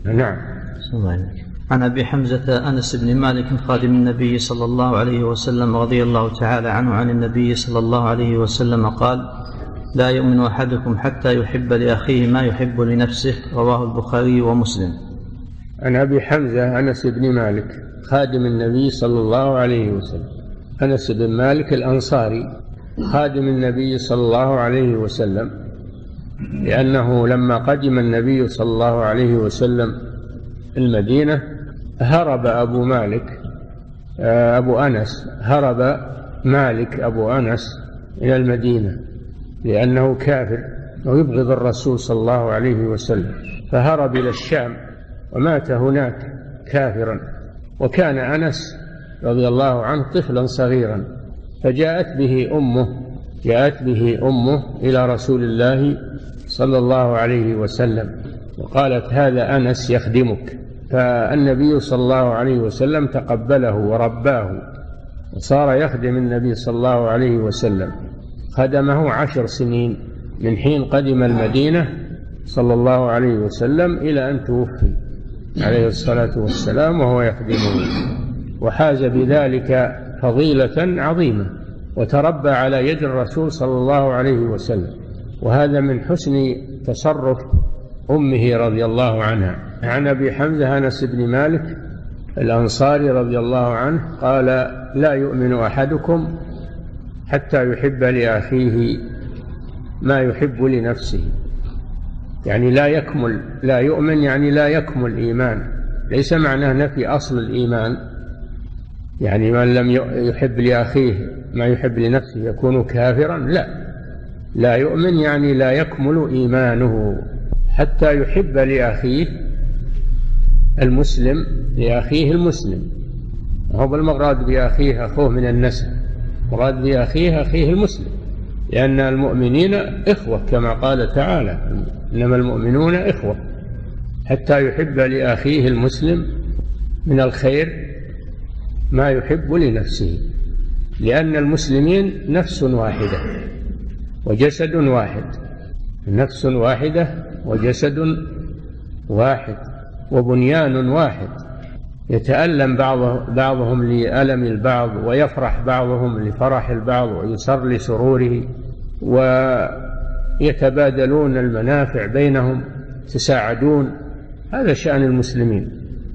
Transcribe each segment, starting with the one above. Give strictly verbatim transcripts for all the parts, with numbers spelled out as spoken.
نعم. عن أبي حمزة أنس بن مالك خادم النبي صلى الله عليه وسلم رضي الله تعالى عنه عن النبي صلى الله عليه وسلم قال: لا يؤمن أحدكم حتى يحب لأخيه ما يحب لنفسه. رواه البخاري ومسلم. عن أبي حمزة أنس بن مالك خادم النبي صلى الله عليه وسلم. أنس بن مالك الأنصاري خادم النبي صلى الله عليه وسلم، لأنه لما قدم النبي صلى الله عليه وسلم المدينة هرب أبو مالك أبو أنس هرب مالك أبو أنس إلى المدينة لأنه كافر ويبغض الرسول صلى الله عليه وسلم، فهرب إلى الشام ومات هناك كافرا. وكان أنس رضي الله عنه طفلا صغيرا، فجاءت به أمه جاءت به أمه إلى رسول الله صلى الله عليه وسلم وقالت: هذا أنس يخدمك. فالنبي صلى الله عليه وسلم تقبله ورباه وصار يخدم النبي صلى الله عليه وسلم، خدمه عشر سنين من حين قدم المدينة صلى الله عليه وسلم إلى أن توفي عليه الصلاة والسلام وهو يخدمه، وحاز بذلك فضيلة عظيمة، وتربى على يد الرسول صلى الله عليه وسلم. وهذا من حسن تصرف أمه رضي الله عنها. عن أبي حمزة أنس بن مالك الأنصاري رضي الله عنه قال: لا يؤمن أحدكم حتى يحب لأخيه ما يحب لنفسه. يعني لا يكمل لا يؤمن يعني لا يكمل إيمان، ليس معناه نفي أصل الإيمان، يعني من لم يحب لأخيه ما يحب لنفسه يكون كافرا، لا لا يؤمن يعني لا يكمل إيمانه حتى يحب لأخيه المسلم لأخيه المسلم. هو المراد بأخيه أخوه من النسب، مراد بأخيه أخيه المسلم، لأن المؤمنين إخوة كما قال تعالى: إنما المؤمنون إخوة. حتى يحب لأخيه المسلم من الخير ما يحب لنفسه، لأن المسلمين نفس واحدة وجسد واحد، نفس واحدة وجسد واحد وبنيان واحد، يتألم بعض بعضهم لألم البعض، ويفرح بعضهم لفرح البعض، ويسر لسروره، ويتبادلون المنافع بينهم، يتساعدون. هذا شأن المسلمين،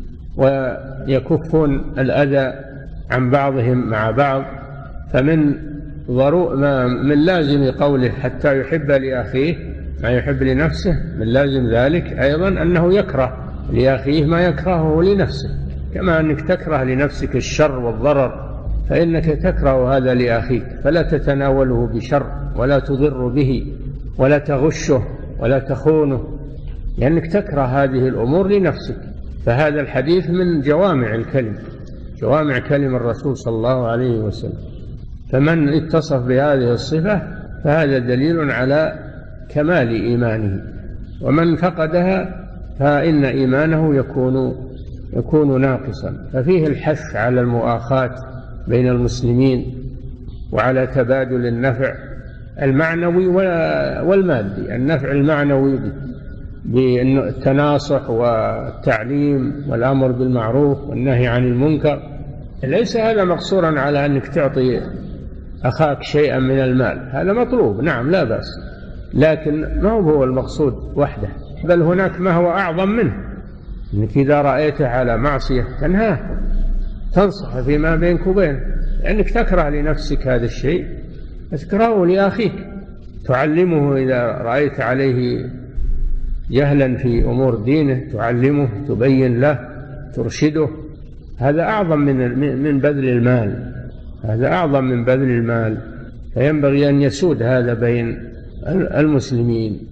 ويكفون الأذى عن بعضهم مع بعض. فمن ضرورة ما من لازم قوله حتى يحب لأخيه ما يحب لنفسه، من لازم ذلك أيضا أنه يكره لأخيه ما يكرهه لنفسه، كما أنك تكره لنفسك الشر والضرر فإنك تكره هذا لأخيك، فلا تتناوله بشر ولا تضر به ولا تغشه ولا تخونه، لأنك تكره هذه الأمور لنفسك. فهذا الحديث من جوامع الكلم جوامع كلم الرسول صلى الله عليه وسلم. فمن اتصف بهذه الصفة فهذا دليل على كمال إيمانه، ومن فقدها فإن إيمانه يكون يكون ناقصا. ففيه الحث على المؤاخاة بين المسلمين وعلى تبادل النفع المعنوي والمادي. النفع المعنوي بالتناصح والتعليم والأمر بالمعروف والنهي عن المنكر، ليس هذا مقصورا على أنك تعطي أخاك شيئا من المال، هذا مطلوب نعم لا بأس، لكن ما هو المقصود وحده، بل هناك ما هو أعظم منه، أنك إذا رأيته على معصية تنهاه، تنصح فيما بينك وبينه، لأنك تكره لنفسك هذا الشيء تكرهه لأخيك، تعلمه إذا رأيت عليه جهلا في أمور دينه تعلمه، تبين له، ترشده. هذا أعظم من من بذل المال، هذا أعظم من بذل المال، فينبغي أن يسود هذا بين المسلمين.